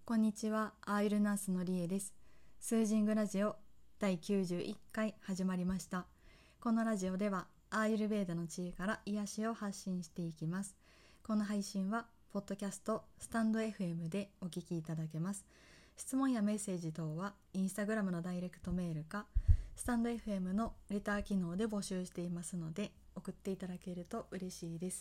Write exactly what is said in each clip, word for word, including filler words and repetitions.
こんにちは、アーユルナースのりえです。スージングラジオだいきゅうじゅういっかい始まりました。このラジオではアーユルヴェーダの知恵から癒しを発信していきます。この配信はポッドキャスト、スタンド エフエム でお聞きいただけます。質問やメッセージ等はインスタグラムのダイレクトメールかスタンド エフエム のレター機能で募集していますので、送っていただけると嬉しいです。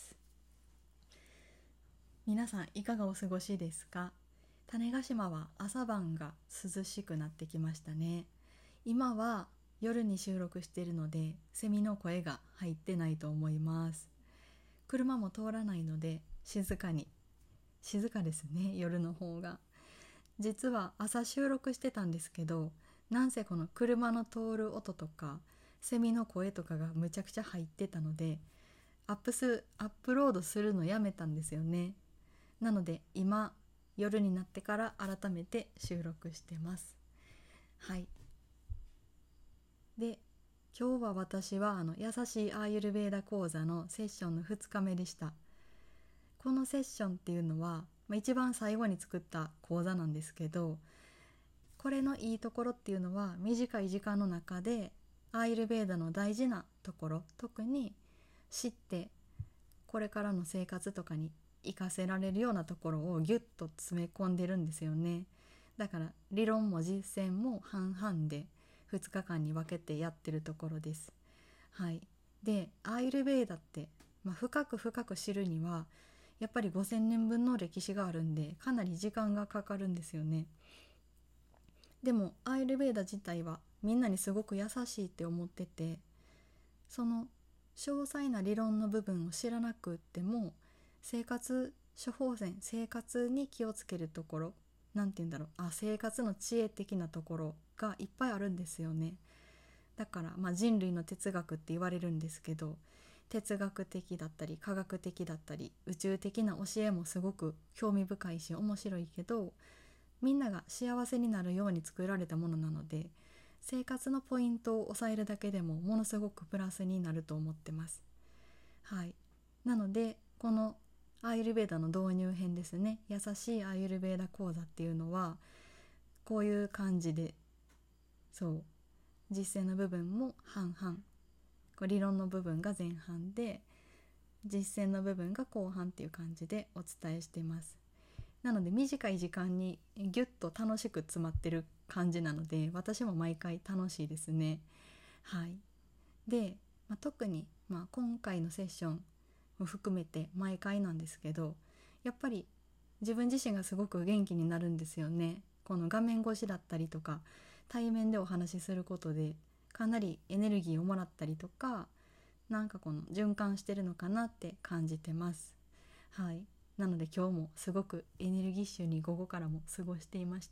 皆さんいかがお過ごしですか？種子島は朝晩が涼しくなってきましたね。今は夜に収録しているのでセミの声が入ってないと思います。車も通らないので静かに静かですね、夜の方が。実は朝収録してたんですけど、なんせこの車の通る音とかセミの声とかがむちゃくちゃ入ってたので、アップスアップロードするのやめたんですよね。なので今夜になってから改めて収録してます。はい。で、今日は私はあの優しいアーユルヴェーダ講座のセッションのふつかめでした。このセッションっていうのは、まあ、一番最後に作った講座なんですけど、これのいいところっていうのは短い時間の中でアーユルヴェーダの大事なところ、特に知ってこれからの生活とかに活かせられるようなところをギュッと詰め込んでるんですよね。だから理論も実践も半々でふつかかんに分けてやってるところです。はい。で、アーユルヴェーダって、まあ、深く深く知るにはやっぱりごせんねんぶんの歴史があるんで、かなり時間がかかるんですよね。でもアーユルヴェーダ自体はみんなにすごく優しいって思ってて、その詳細な理論の部分を知らなくっても生活処方箋、生活に気をつけるところ、なんて言うんだろう、あ、生活の知恵的なところがいっぱいあるんですよね。だから、まあ、人類の哲学って言われるんですけど、哲学的だったり科学的だったり宇宙的な教えもすごく興味深いし面白いけど、みんなが幸せになるように作られたものなので、生活のポイントを抑えるだけでもものすごくプラスになると思ってます。はい。なのでこのアーユルヴェーダの導入編ですね、優しいアーユルヴェーダ講座っていうのはこういう感じで、そう実践の部分も半々、こう理論の部分が前半で実践の部分が後半っていう感じでお伝えしています。なので短い時間にギュッと楽しく詰まってる感じなので、私も毎回楽しいですね。はい。で、まあ、特に、まあ、今回のセッションも含めて毎回なんですけど、やっぱり自分自身がすごく元気になるんですよね。この画面越しだったりとか対面でお話しすることでかなりエネルギーをもらったりとか、なんかこの循環してるのかなって感じてます。はい。なので今日もすごくエネルギッシュに午後からも過ごしていました。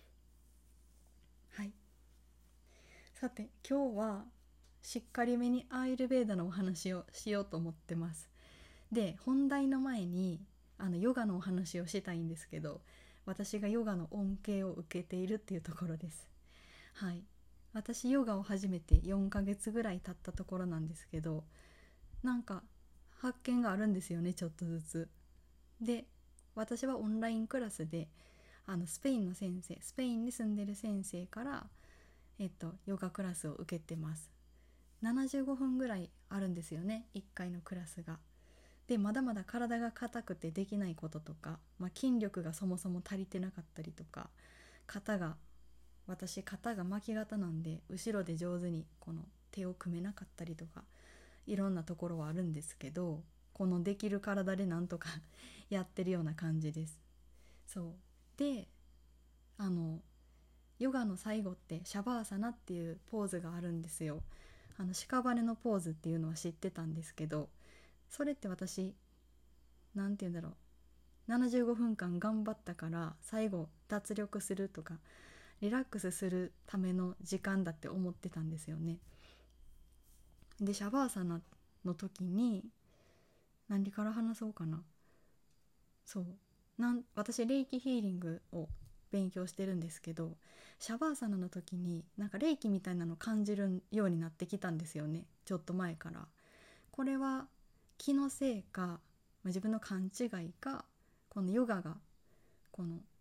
はい。さて今日はしっかりめにアーユルヴェーダのお話をしようと思ってます。で、本題の前にあのヨガのお話をしたいんですけど、私がヨガの恩恵を受けているっていうところです。はい。私ヨガを始めてよんかげつぐらい経ったところなんですけど、なんか発見があるんですよね、ちょっとずつ。で、私はオンラインクラスであのスペインの先生、スペインに住んでる先生からえっとヨガクラスを受けてます。ななじゅうごふんぐらいあるんですよね、いっかいのクラスが。で、まだまだ体が硬くてできないこととか、まあ、筋力がそもそも足りてなかったりとか、肩が私肩が巻き肩なんで後ろで上手にこの手を組めなかったりとか、いろんなところはあるんですけど、このできる体でなんとかやってるような感じです。そうで、あのヨガの最後ってシャバーサナっていうポーズがあるんですよ。あの屍のポーズっていうのは知ってたんですけど、それって私なんて言うんだろう、ななじゅうごふんかん頑張ったから最後脱力するとかリラックスするための時間だって思ってたんですよね。で、シャバーサナの時に何から話そうかな。そうなん私霊気ヒーリングを勉強してるんですけど、シャバーサナの時になんか霊気みたいなのを感じるようになってきたんですよね、ちょっと前から。これは気のせいか、まあ、自分の勘違いか、このヨガがこの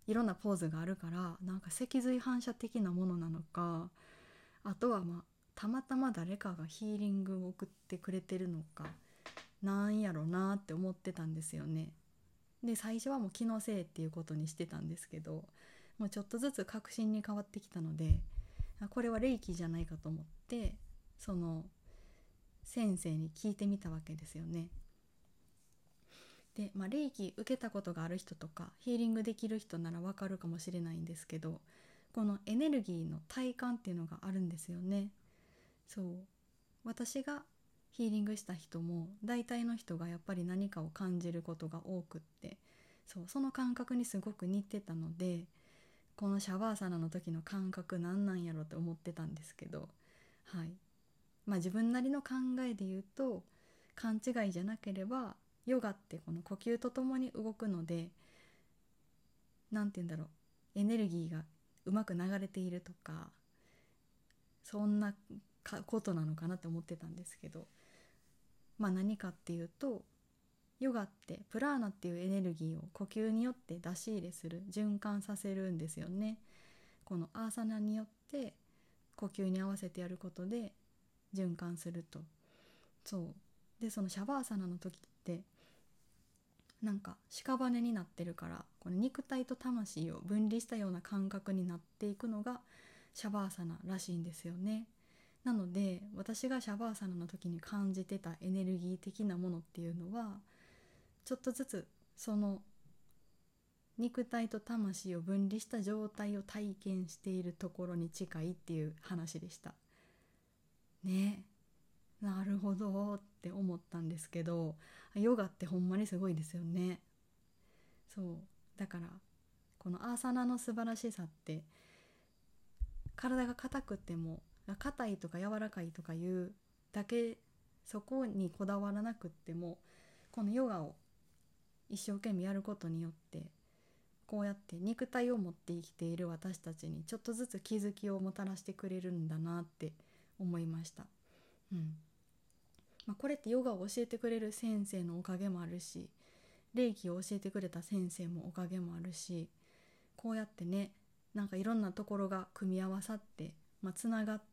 いろんなポーズがあるから、なんか脊髄反射的なものなのか、あとはまあたまたま誰かがヒーリングを送ってくれてるのか、なんやろなって思ってたんですよね。で最初はもう気のせいっていうことにしてたんですけど、もうちょっとずつ確信に変わってきたので、これは霊気じゃないかと思って、その先生に聞いてみたわけですよね。で、まあ、霊気受けたことがある人とかヒーリングできる人ならわかるかもしれないんですけど、このエネルギーの体感っていうのがあるんですよね。そう、私がヒーリングした人も大体の人がやっぱり何かを感じることが多くって、そう、その感覚にすごく似てたので、このシャバーサナの時の感覚なんなんやろって思ってたんですけど、はい、まあ自分なりの考えで言うと、勘違いじゃなければヨガってこの呼吸とともに動くので、なんて言うんだろう、エネルギーがうまく流れているとか、そんなことなのかなって思ってたんですけど、まあ何かっていうと、ヨガってプラーナっていうエネルギーを呼吸によって出し入れする、循環させるんですよね。このアーサナによって呼吸に合わせてやることで循環すると。そうで、そのシャバーサナの時ってなんか屍になってるから、この肉体と魂を分離したような感覚になっていくのがシャバーサナらしいんですよね。なので私がシャバーサナの時に感じてたエネルギー的なものっていうのは、ちょっとずつその肉体と魂を分離した状態を体験しているところに近いっていう話でしたね。なるほどって思ったんですけど、ヨガってほんまにすごいですよね。そうだから、このアーサナの素晴らしさって、体が硬くても、硬いとか柔らかいとかいうだけ、そこにこだわらなくっても、このヨガを一生懸命やることによって、こうやって肉体を持って生きている私たちにちょっとずつ気づきをもたらしてくれるんだなって思いました。うんまあ、これってヨガを教えてくれる先生のおかげもあるし、霊気を教えてくれた先生もおかげもあるし、こうやってね、なんかいろんなところが組み合わさって、まあ、つながって、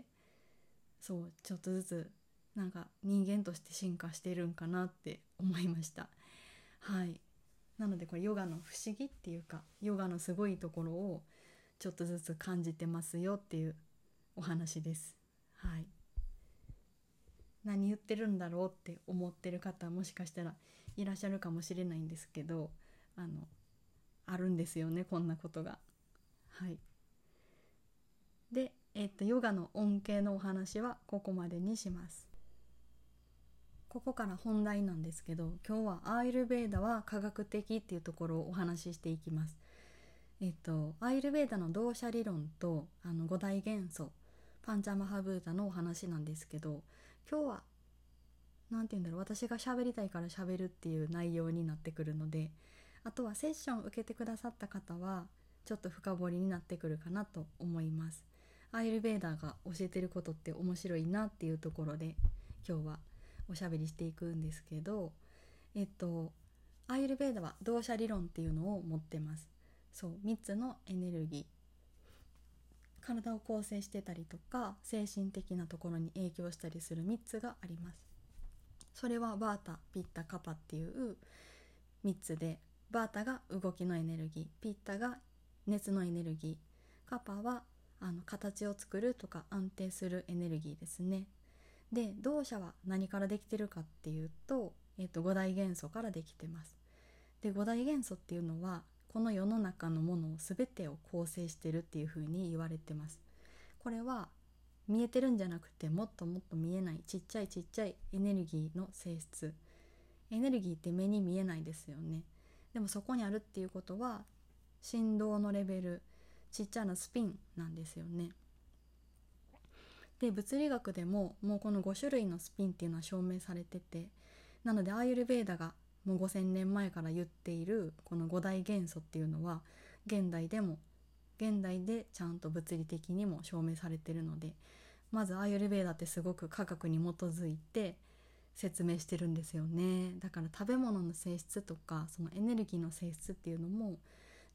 そうちょっとずつなんか人間として進化してるんかなって思いました。はい、なのでこれヨガの不思議っていうか、ヨガのすごいところをちょっとずつ感じてますよっていうお話です。はい、何言ってるんだろうって思ってる方もしかしたらいらっしゃるかもしれないんですけど、あのあるんですよね、こんなことが。はい。で、えっとヨガの恩恵のお話はここまでにします。ここから本題なんですけど、今日はアーユルヴェーダは科学的っていうところをお話ししていきます。えっとアーユルヴェーダの動作理論とあの五大元素パンチャマハブータのお話なんですけど、今日はなんて言うんだろう、私が喋りたいから喋るっていう内容になってくるので、あとはセッション受けてくださった方はちょっと深掘りになってくるかなと思います。アーユルヴェーダが教えてることって面白いなっていうところで今日はおしゃべりしていくんですけど、えっとアーユルヴェーダは動作理論っていうのを持ってます。そう、みっつのエネルギー、体を構成してたりとか精神的なところに影響したりするみっつがあります。それはバータ、ピッタ、カパっていうみっつで、バータが動きのエネルギー、ピッタが熱のエネルギー、カパはあの形を作るとか安定するエネルギーですね。で、動作は何からできてるかっていうと、えっと、五大元素からできてます。で、五大元素っていうのはこの世の中のものを全てを構成してるっていう風に言われてます。これは見えてるんじゃなくて、もっともっと見えないちっちゃいちっちゃいエネルギーの性質。エネルギーって目に見えないですよね。でもそこにあるっていうことは振動のレベル、ちっちゃなスピンなんですよね。で、物理学でももうこのご種類のスピンっていうのは証明されてて、なのでアーユルヴェーダがもうごせんねんまえから言っているこの五大元素っていうのは現代でも現代でちゃんと物理的にも証明されてるので、まずアーユルヴェーダってすごく科学に基づいて説明してるんですよね。だから食べ物の性質とかそのエネルギーの性質っていうのも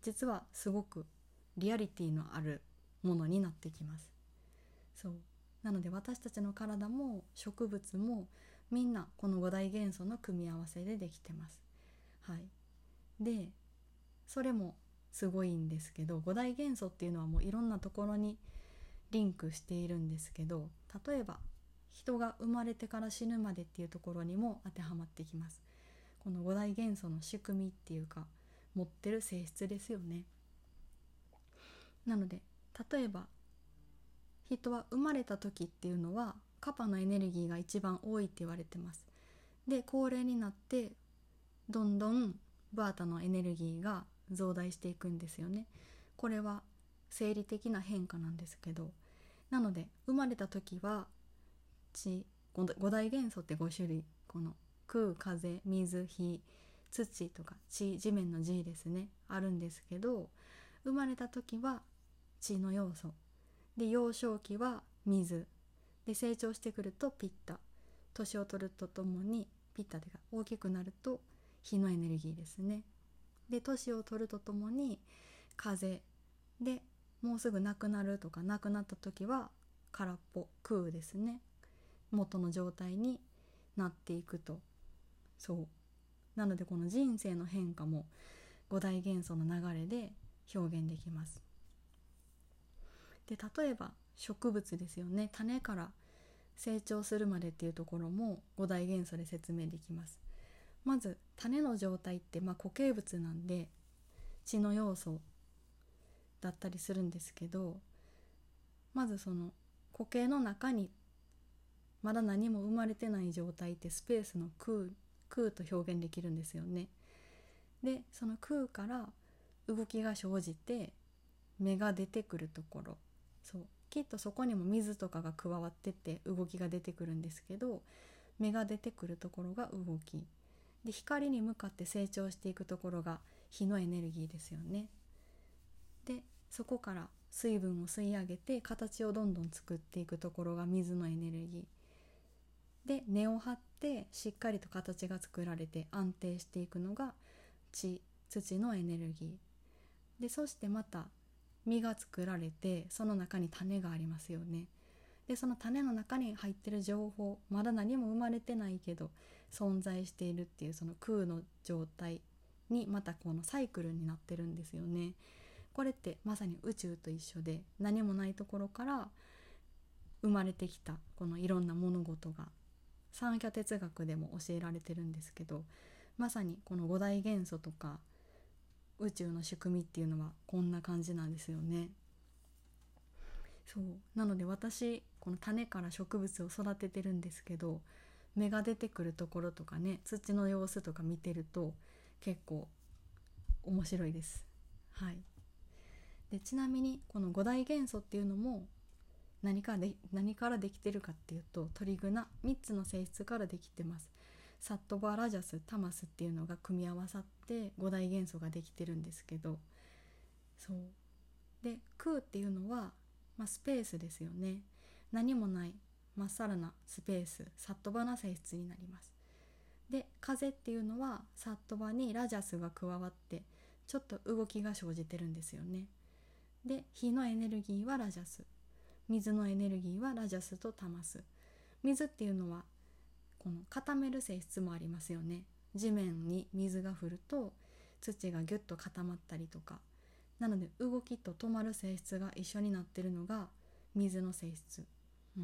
実はすごくリアリティのあるものになってきます。そうなので私たちの体も植物もみんなこの五大元素の組み合わせでできてます。はい、でそれもすごいんですけど、五大元素っていうのはもういろんなところにリンクしているんですけど、例えば人が生まれてから死ぬまでっていうところにも当てはまってきます。この五大元素の仕組みっていうか持ってる性質ですよね。なので例えば人は生まれた時っていうのはカパのエネルギーが一番多いって言われてます。で高齢になってどんどんバータのエネルギーが増大していくんですよね。これは生理的な変化なんですけど、なので生まれた時は地五大元素ってご種類、この空風水火土とか地地面の地ですねあるんですけど、生まれた時は地の要素で、幼少期は水で、成長してくるとピッタ、年を取るとともにピッタが大きくなると火のエネルギーですね。で年を取るとともに風で、もうすぐ亡くなるとか亡くなった時は空っぽ空ですね、元の状態になっていくと。そうなのでこの人生の変化も五大元素の流れで表現できます。で例えば植物ですよね。種から成長するまでっていうところも五大元素で説明できます。まず種の状態って、まあ、固形物なんで地の要素だったりするんですけど、まずその固形の中にまだ何も生まれてない状態ってスペースの空空と表現できるんですよね。でその空から動きが生じて芽が出てくるところ、そうきっとそこにも水とかが加わってて動きが出てくるんですけど、芽が出てくるところが動きで、光に向かって成長していくところが火のエネルギーですよね。でそこから水分を吸い上げて形をどんどん作っていくところが水のエネルギーで、根を張ってしっかりと形が作られて安定していくのが地土のエネルギーで、そしてまた実が作られてその中に種がありますよね。でその種の中に入ってる情報、まだ何も生まれてないけど存在しているっていうその空の状態にまたこのサイクルになってるんですよね。これってまさに宇宙と一緒で、何もないところから生まれてきたこのいろんな物事が三拠哲学でも教えられてるんですけど、まさにこの五大元素とか宇宙の仕組みっていうのはこんな感じなんですよね。そうなので私この種から植物を育ててるんですけど、芽が出てくるところとかね、土の様子とか見てると結構面白いです。はい。でちなみにこの五大元素っていうのも何からで何からできてるかっていうと、トリグナみっつの性質からできてます。サットバラジャスタマスっていうのが組み合わさって五大元素ができてるんですけど、そうで空っていうのは、まあ、スペースですよね。何もないまっさらなスペース、サットバな性質になります。で風っていうのはサットバにラジャスが加わってちょっと動きが生じてるんですよね。で火のエネルギーはラジャス、水のエネルギーはラジャスとタマス。水っていうのはこの固める性質もありますよね。地面に水が降ると土がギュッと固まったりとか、なので動きと止まる性質が一緒になってるのが水の性質、うん、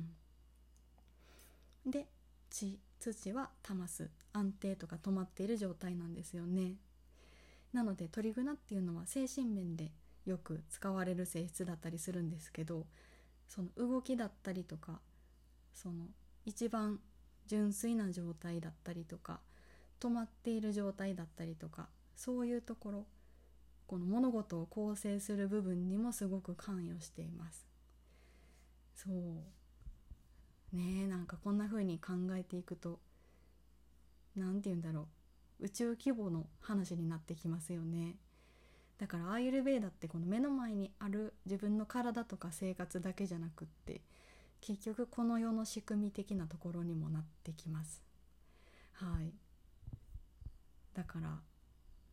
で地土はタマス、安定とか止まっている状態なんですよね。なのでトリグナっていうのは精神面でよく使われる性質だったりするんですけど、その動きだったりとか、その一番純粋な状態だったりとか、止まっている状態だったりとか、そういうところ、この物事を構成する部分にもすごく関与しています。そうねえ、なんかこんな風に考えていくと、なんて言うんだろう、宇宙規模の話になってきますよね。だからアーユルヴェーダってこの目の前にある自分の体とか生活だけじゃなくって、結局この世の仕組み的なところにもなってきます。はい。だから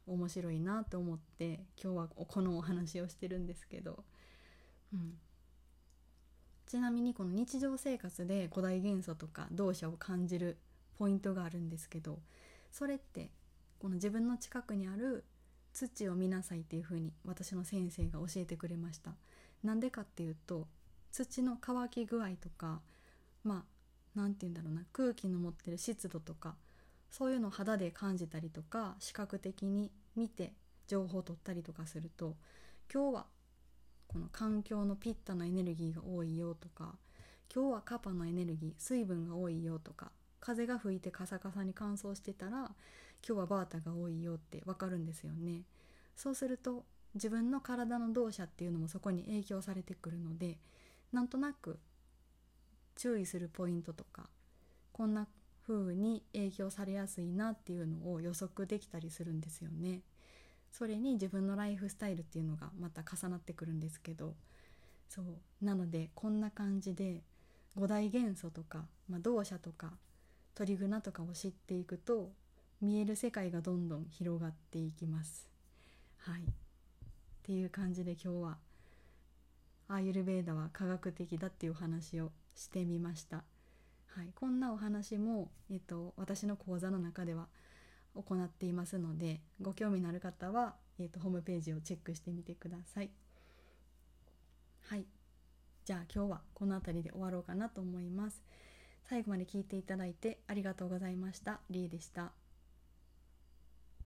面白いなと思って今日はこのお話をしてるんですけど、うん、ちなみにこの日常生活で五大元素とか動作を感じるポイントがあるんですけど、それってこの自分の近くにある土を見なさいっていう風に私の先生が教えてくれました。なんでかっていうと、土の乾き具合とか、まあなんて言うんだろうな、空気の持ってる湿度とか、そういうのを肌で感じたりとか視覚的に見て情報を取ったりとかすると、今日はこの環境のピッタのエネルギーが多いよとか、今日はカパのエネルギー水分が多いよとか、風が吹いてカサカサに乾燥してたら今日はバータが多いよってわかるんですよね。そうすると自分の体の動作っていうのもそこに影響されてくるので、なんとなく注意するポイントとか、こんな風に影響されやすいなっていうのを予測できたりするんですよね。それに自分のライフスタイルっていうのがまた重なってくるんですけど、そうなのでこんな感じで五大元素とか、まあ、動作とか鳥グとかを知っていくと見える世界がどんどん広がっていきます。はい、っていう感じで今日はアーユルヴェーダは科学的だっていう話をしてみました。はい、こんなお話も、えっと、私の講座の中では行っていますので、ご興味のある方は、えっと、ホームページをチェックしてみてください。はい、じゃあ今日はこの辺りで終わろうかなと思います。最後まで聞いていただいてありがとうございました。リエでした。